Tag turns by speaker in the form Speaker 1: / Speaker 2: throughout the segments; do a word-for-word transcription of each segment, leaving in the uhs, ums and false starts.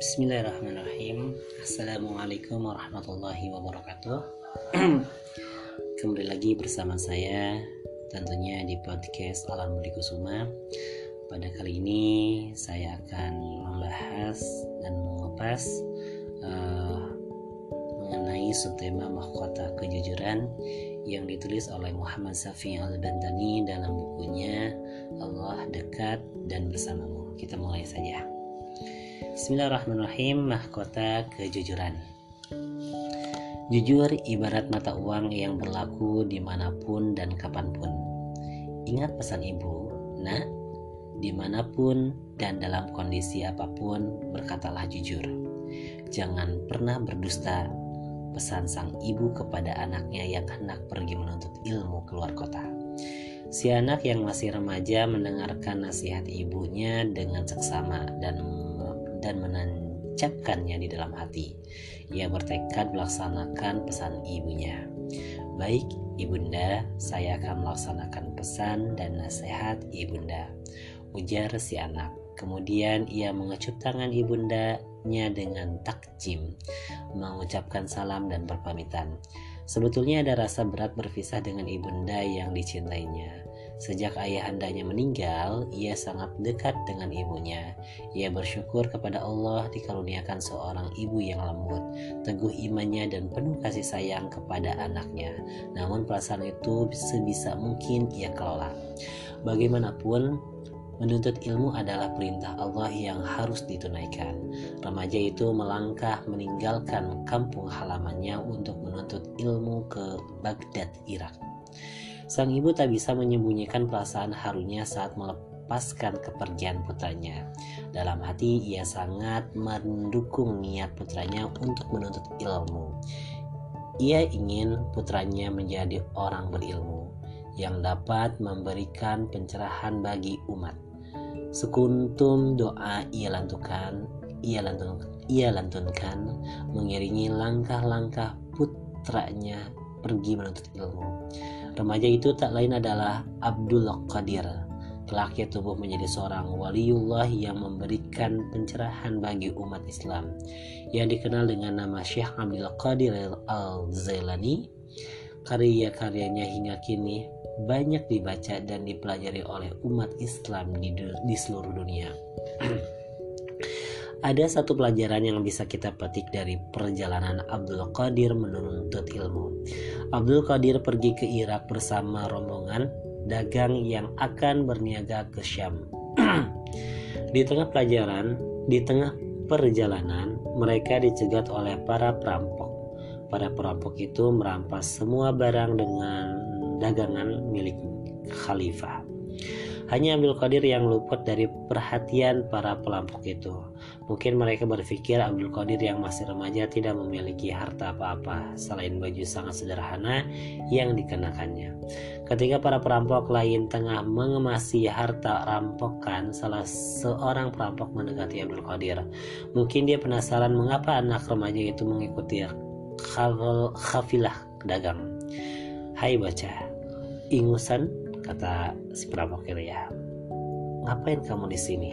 Speaker 1: Bismillahirrahmanirrahim. Assalamualaikum warahmatullahi wabarakatuh. Kembali lagi bersama saya tentunya di podcast Alam Budi Kusuma. Pada kali ini saya akan membahas dan mengupas uh, mengenai subtema mahkota kejujuran yang ditulis oleh Muhammad Safi Al-Bantani dalam bukunya Allah Dekat dan Bersamamu. Kita mulai saja. Bismillahirrahmanirrahim. Mahkota kejujuran. Jujur ibarat mata uang yang berlaku dimanapun dan kapanpun. Ingat pesan ibu, nak, dimanapun dan dalam kondisi apapun berkatalah jujur. Jangan pernah berdusta, pesan sang ibu kepada anaknya yang hendak pergi menuntut ilmu keluar kota. Si anak yang masih remaja mendengarkan nasihat ibunya dengan seksama dan dan menancapkannya di dalam hati. Ia bertekad melaksanakan pesan ibunya. Baik, ibunda, saya akan melaksanakan pesan dan nasihat ibunda, ujar si anak. Kemudian ia mengecup tangan ibundanya dengan takjim, mengucapkan salam dan berpamitan. Sebetulnya ada rasa berat berpisah dengan ibunda yang dicintainya. Sejak ayahandanya meninggal, ia sangat dekat dengan ibunya. Ia bersyukur kepada Allah dikaruniakan seorang ibu yang lembut, teguh imannya dan penuh kasih sayang kepada anaknya. Namun perasaan itu sebisa mungkin ia kelola. Bagaimanapun, menuntut ilmu adalah perintah Allah yang harus ditunaikan. Remaja itu melangkah meninggalkan kampung halamannya untuk menuntut ilmu ke Baghdad, Irak. Sang ibu tak bisa menyembunyikan perasaan harunya saat melepaskan kepergian putranya. Dalam hati ia sangat mendukung niat putranya untuk menuntut ilmu. Ia ingin putranya menjadi orang berilmu yang dapat memberikan pencerahan bagi umat. Sekuntum doa ia lantunkan, ia lantunkan, ia lantunkan mengiringi langkah-langkah putranya pergi menuntut ilmu. Remaja itu tak lain adalah Abdul Qadir. Kelak ia tumbuh menjadi seorang waliullah yang memberikan pencerahan bagi umat Islam, yang dikenal dengan nama Syekh Abdul Qadir Al-Jailani. Karya-karyanya hingga kini banyak dibaca dan dipelajari oleh umat Islam di, di seluruh dunia. Ada satu pelajaran yang bisa kita petik dari perjalanan Abdul Qadir menuntut ilmu. Abdul Qadir pergi ke Irak bersama rombongan dagang yang akan berniaga ke Syam. Di tengah pelajaran, di tengah perjalanan, mereka dicegat oleh para perampok. Para perampok itu merampas semua barang dengan dagangan milik khalifah. Hanya Abdul Qadir yang luput dari perhatian para perampok itu. Mungkin mereka berpikir Abdul Qadir yang masih remaja tidak memiliki harta apa-apa selain baju sangat sederhana yang dikenakannya. Ketika para perampok lain tengah mengemasi harta rampokan, salah seorang perampok mendekati Abdul Qadir. Mungkin dia penasaran mengapa anak remaja itu mengikuti kafilah dagang. Hai bocah, ingusan, kata si perampok itu, ya. Ngapain kamu di sini?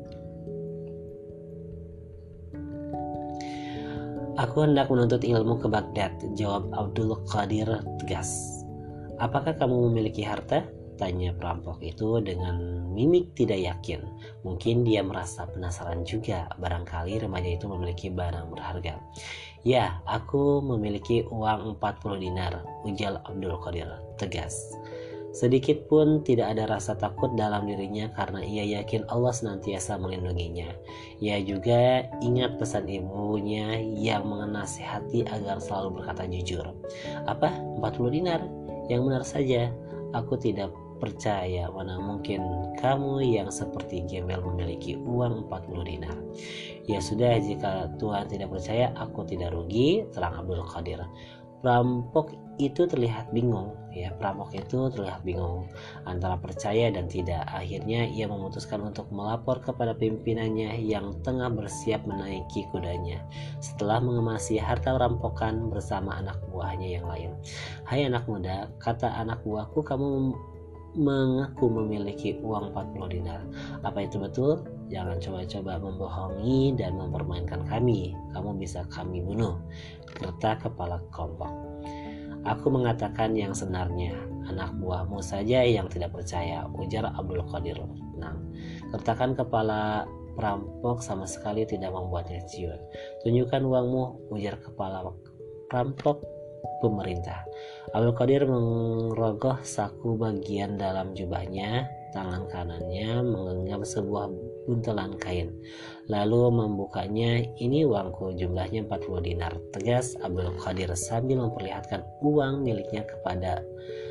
Speaker 1: Aku hendak menuntut ilmu ke Baghdad, jawab Abdul Qadir tegas. Apakah kamu memiliki harta? Tanya perampok itu dengan mimik tidak yakin. Mungkin dia merasa penasaran juga. Barangkali remaja itu memiliki barang berharga. Ya, aku memiliki uang empat puluh dinar, ujar Abdul Qadir tegas. Sedikit pun tidak ada rasa takut dalam dirinya karena ia yakin Allah senantiasa melindunginya. Ia juga ingat pesan ibunya yang menasihati agar selalu berkata jujur. Apa? empat puluh dinar? Yang benar saja. Aku tidak percaya, mana mungkin kamu yang seperti gembel memiliki uang empat puluh dinar. Ya sudah, jika Tuhan tidak percaya, aku tidak rugi, terang Abdul Qadir. Perampok itu terlihat bingung, ya perampok itu terlihat bingung antara percaya dan tidak. Akhirnya ia memutuskan untuk melapor kepada pimpinannya yang tengah bersiap menaiki kudanya setelah mengemasi harta rampokan bersama anak buahnya yang lain. Hai anak muda, kata anak buahku, kamu mengaku memiliki uang empat puluh dinar. Apa itu betul? Jangan coba-coba membohongi dan mempermainkan kami. Kamu bisa kami bunuh, kata kepala kelompok. Aku mengatakan yang sebenarnya. Anak buahmu saja yang tidak percaya, ujar Abdul Qadir. Nah, kertakan kepala perampok sama sekali tidak membuatnya ciut. Tunjukkan uangmu, ujar kepala perampok pemerintah. Abdul Qadir mengerogoh saku bagian dalam jubahnya. Tangan kanannya menggenggam sebuah buntelan kain, lalu membukanya. Ini uangku, jumlahnya empat puluh dinar, tegas Abdul Qadir sambil memperlihatkan uang miliknya kepada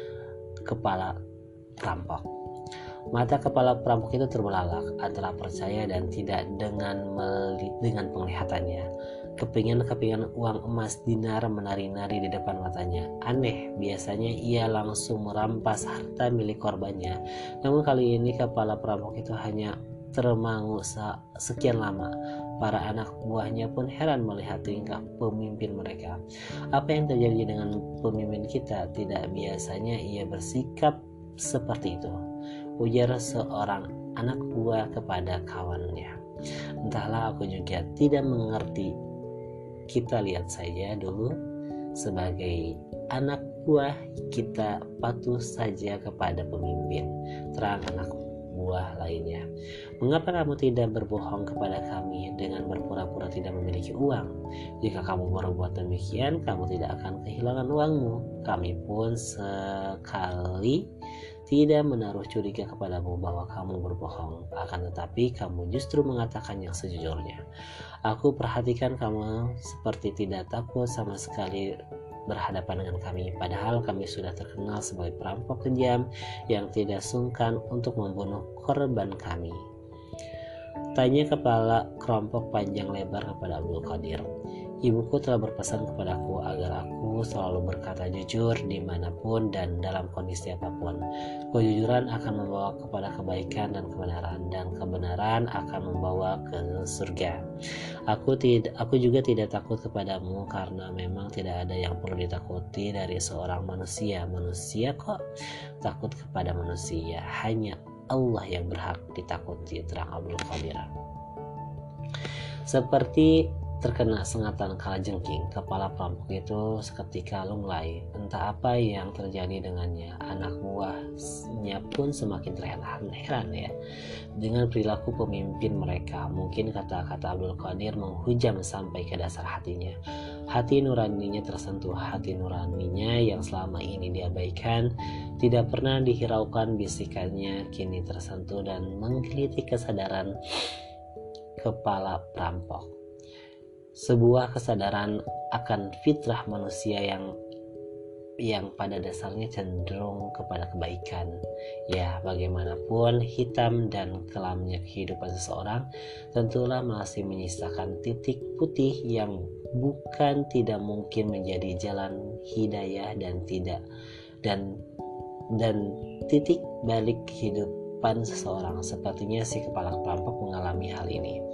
Speaker 1: kepala perampok. Mata kepala perampok itu terbelalak antara percaya dan tidak dengan meli- dengan penglihatannya. Kepingan-kepingan uang emas dinar menari-nari di depan matanya. Aneh, biasanya ia langsung merampas harta milik korbannya. Namun kali ini kepala perampok itu hanya termangu sekian lama. Para anak buahnya pun heran melihat tingkah pemimpin mereka. Apa yang terjadi dengan pemimpin kita? Tidak biasanya ia bersikap seperti itu, ujar seorang anak buah kepada kawannya. Entahlah, aku juga tidak mengerti. Kita lihat saja dulu. Sebagai anak buah kita patuh saja kepada pemimpin, terang anak buah lainnya. Mengapa kamu tidak berbohong kepada kami dengan berpura-pura tidak memiliki uang? Jika kamu berbuat demikian, kamu tidak akan kehilangan uangmu. Kami pun sekali tidak menaruh curiga kepadamu bahwa kamu berbohong, akan tetapi kamu justru mengatakan yang sejujurnya. Aku perhatikan kamu seperti tidak takut sama sekali berhadapan dengan kami, padahal kami sudah terkenal sebagai perampok kejam yang tidak sungkan untuk membunuh korban kami. Tanya kepala kelompok panjang lebar kepada Abdul Qadir. Ibuku telah berpesan kepadaku agar aku selalu berkata jujur dimanapun dan dalam kondisi apapun. Kejujuran akan membawa kepada kebaikan dan kebenaran, dan kebenaran akan membawa ke surga. Aku tidak, aku juga tidak takut kepadamu karena memang tidak ada yang perlu ditakuti dari seorang manusia. Manusia kok takut kepada manusia, hanya Allah yang berhak ditakuti, terang Abdul Qadir. Seperti terkena sengatan kalajengking, kepala perampok itu seketika lunglai. Entah apa yang terjadi dengannya. Anak buahnya pun semakin terheran-heran ya dengan perilaku pemimpin mereka. Mungkin kata-kata Abdul Qadir menghujam sampai ke dasar hatinya. Hati nuraninya tersentuh. Hati nuraninya yang selama ini diabaikan, tidak pernah dihiraukan bisikannya, kini tersentuh dan menggelitik kesadaran kepala perampok. Sebuah kesadaran akan fitrah manusia yang yang pada dasarnya cenderung kepada kebaikan. Ya, bagaimanapun hitam dan kelamnya kehidupan seseorang, tentulah masih menyisakan titik putih yang bukan tidak mungkin menjadi jalan hidayah dan tidak dan dan titik balik kehidupan seseorang. Sepertinya si kepala perampok mengalami hal ini.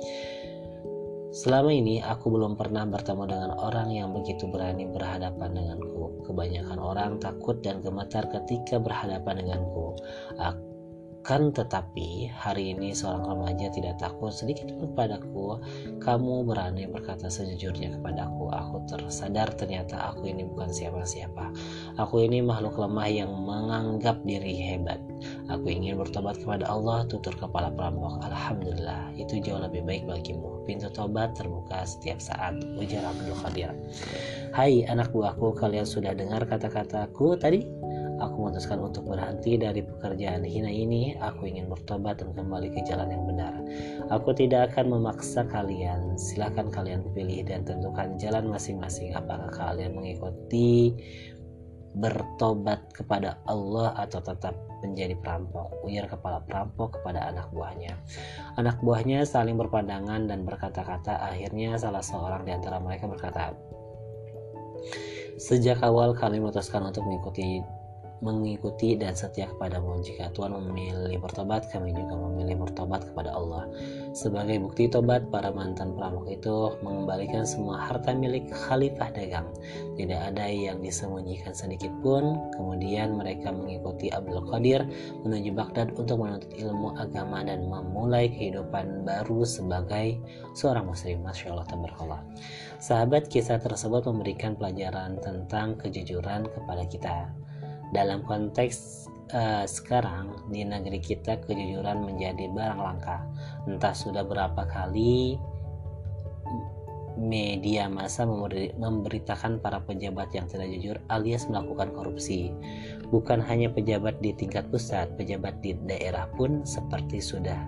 Speaker 1: Selama ini aku belum pernah bertemu dengan orang yang begitu berani berhadapan denganku. Kebanyakan orang takut dan gemetar ketika berhadapan denganku. Akan tetapi hari ini seorang remaja tidak takut sedikit pun kepadaku. Kamu berani berkata sejujurnya kepadaku. Aku tersadar ternyata aku ini bukan siapa-siapa. Aku ini makhluk lemah yang menganggap diri hebat. Aku ingin bertobat kepada Allah, tutur kepala perampok. Alhamdulillah, itu jauh lebih baik bagimu. Pintu tobat terbuka setiap saat, ujar Abdul Qadir. Hai anak buahku, kalian sudah dengar kata-kataku tadi? Aku memutuskan untuk berhenti dari pekerjaan hina ini. Aku ingin bertobat dan kembali ke jalan yang benar. Aku tidak akan memaksa kalian. Silakan kalian pilih dan tentukan jalan masing-masing. Apakah kalian mengikuti bertobat kepada Allah atau tetap menjadi perampok, ujar kepala perampok kepada anak buahnya. Anak buahnya saling berpandangan dan berkata-kata. Akhirnya salah seorang di antara mereka berkata, sejak awal kami memutuskan untuk mengikuti mengikuti dan setia kepadamu. Jika Tuhan memilih bertobat, kami juga memilih bertobat kepada Allah. Sebagai bukti tobat, para mantan perampok itu mengembalikan semua harta milik Khalifah Dagang. Tidak ada yang disembunyikan sedikit pun. Kemudian mereka mengikuti Abdul Qadir menuju Baghdad untuk menuntut ilmu agama dan memulai kehidupan baru sebagai seorang muslim. Masya Allah, tabarakallah. Sahabat, kisah tersebut memberikan pelajaran tentang kejujuran kepada kita. Dalam konteks uh, sekarang di negeri kita, kejujuran menjadi barang langka. Entah sudah berapa kali media massa memberi, memberitakan para pejabat yang tidak jujur alias melakukan korupsi. Bukan hanya pejabat di tingkat pusat, pejabat di daerah pun seperti sudah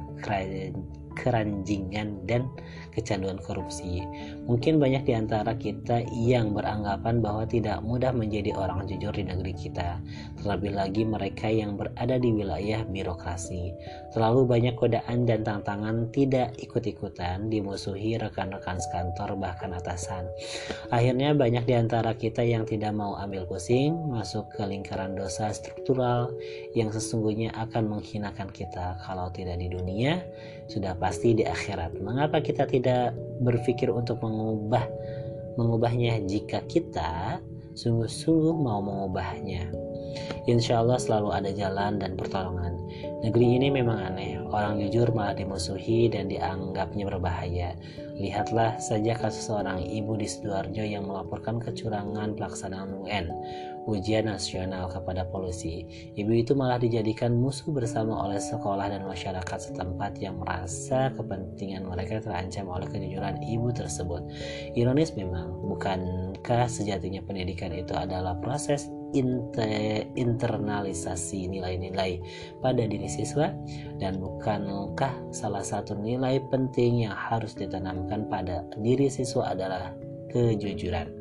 Speaker 1: keranjingan dan kecanduan korupsi. Mungkin banyak di antara kita yang beranggapan bahwa tidak mudah menjadi orang jujur di negeri kita, terlebih lagi mereka yang berada di wilayah birokrasi. Terlalu banyak godaan dan tantangan tidak ikut-ikutan dimusuhi rekan-rekan sekantor bahkan atasan. Akhirnya banyak di antara kita yang tidak mau ambil pusing, masuk ke lingkaran dosa struktural yang sesungguhnya akan menghinakan kita kalau tidak di dunia, sudah pasti di akhirat. Mengapa kita tidak berpikir untuk mengubah mengubahnya jika kita sungguh-sungguh mau mengubahnya? Insya Allah selalu ada jalan dan pertolongan. Negeri ini memang aneh, orang jujur malah dimusuhi dan dianggapnya berbahaya. Lihatlah saja kasus seorang ibu di Sidoarjo yang melaporkan kecurangan pelaksanaan U N, ujian nasional, kepada polisi. Ibu itu malah dijadikan musuh bersama oleh sekolah dan masyarakat setempat yang merasa kepentingan mereka terancam oleh kejujuran ibu tersebut. Ironis memang, bukankah sejatinya pendidikan itu adalah proses Inter, internalisasi nilai-nilai pada diri siswa, dan bukankah salah satu nilai penting yang harus ditanamkan pada diri siswa adalah kejujuran?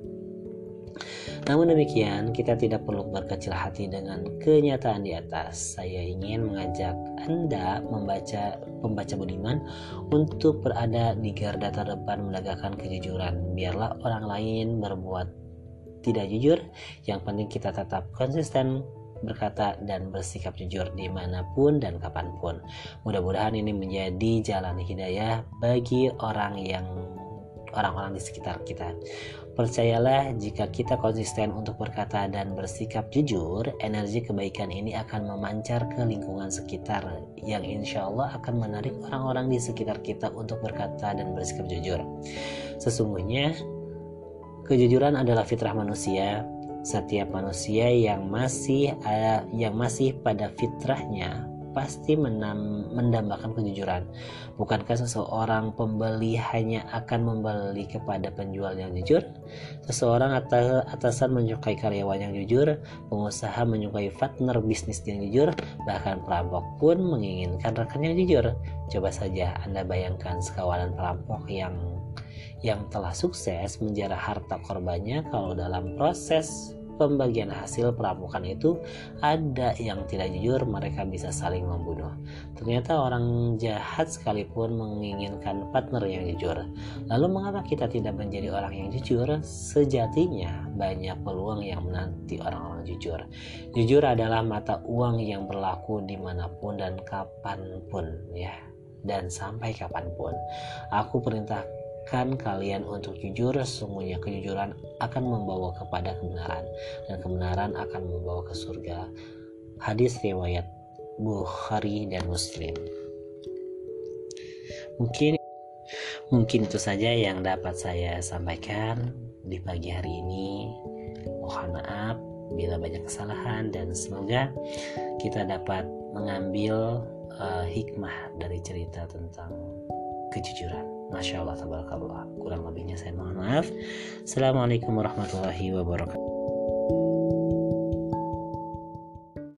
Speaker 1: Namun demikian, kita tidak perlu berkecil hati dengan kenyataan di atas. Saya ingin mengajak Anda membaca pembaca budiman untuk berada di garda terdepan menegakkan kejujuran. Biarlah orang lain berbuat tidak jujur, yang penting kita tetap konsisten berkata dan bersikap jujur dimanapun dan kapanpun. Mudah-mudahan ini menjadi jalan hidayah bagi orang yang orang-orang di sekitar kita. Percayalah, jika kita konsisten untuk berkata dan bersikap jujur, energi kebaikan ini akan memancar ke lingkungan sekitar, yang insya Allah akan menarik orang-orang di sekitar kita untuk berkata dan bersikap jujur. Sesungguhnya kejujuran adalah fitrah manusia. Setiap manusia yang masih uh, yang masih pada fitrahnya pasti menam, mendambakan kejujuran. Bukankah seseorang pembeli hanya akan membeli kepada penjual yang jujur? Seseorang atas, atasan menyukai karyawan yang jujur, pengusaha menyukai partner bisnis yang jujur, bahkan perampok pun menginginkan rekan yang jujur. Coba saja Anda bayangkan sekawalan perampok yang yang telah sukses menjarah harta korbannya, kalau dalam proses pembagian hasil perampokan itu ada yang tidak jujur, mereka bisa saling membunuh. Ternyata orang jahat sekalipun menginginkan partner yang jujur. Lalu mengapa kita tidak menjadi orang yang jujur? Sejatinya banyak peluang yang menanti orang-orang jujur. Jujur adalah mata uang yang berlaku dimanapun dan kapanpun, ya, dan sampai kapanpun. Aku perintahkan kalian untuk jujur, sesungguhnya kejujuran akan membawa kepada kebenaran, dan kebenaran akan membawa ke surga. Hadis riwayat Bukhari dan Muslim. Mungkin mungkin itu saja yang dapat saya sampaikan di pagi hari ini. Mohon maaf bila banyak kesalahan, dan semoga kita dapat mengambil uh, hikmah dari cerita tentang kejujuran. Masya Allah, tabarakallah. Kurang lebihnya saya mohon maaf. Assalamualaikum warahmatullahi wabarakatuh.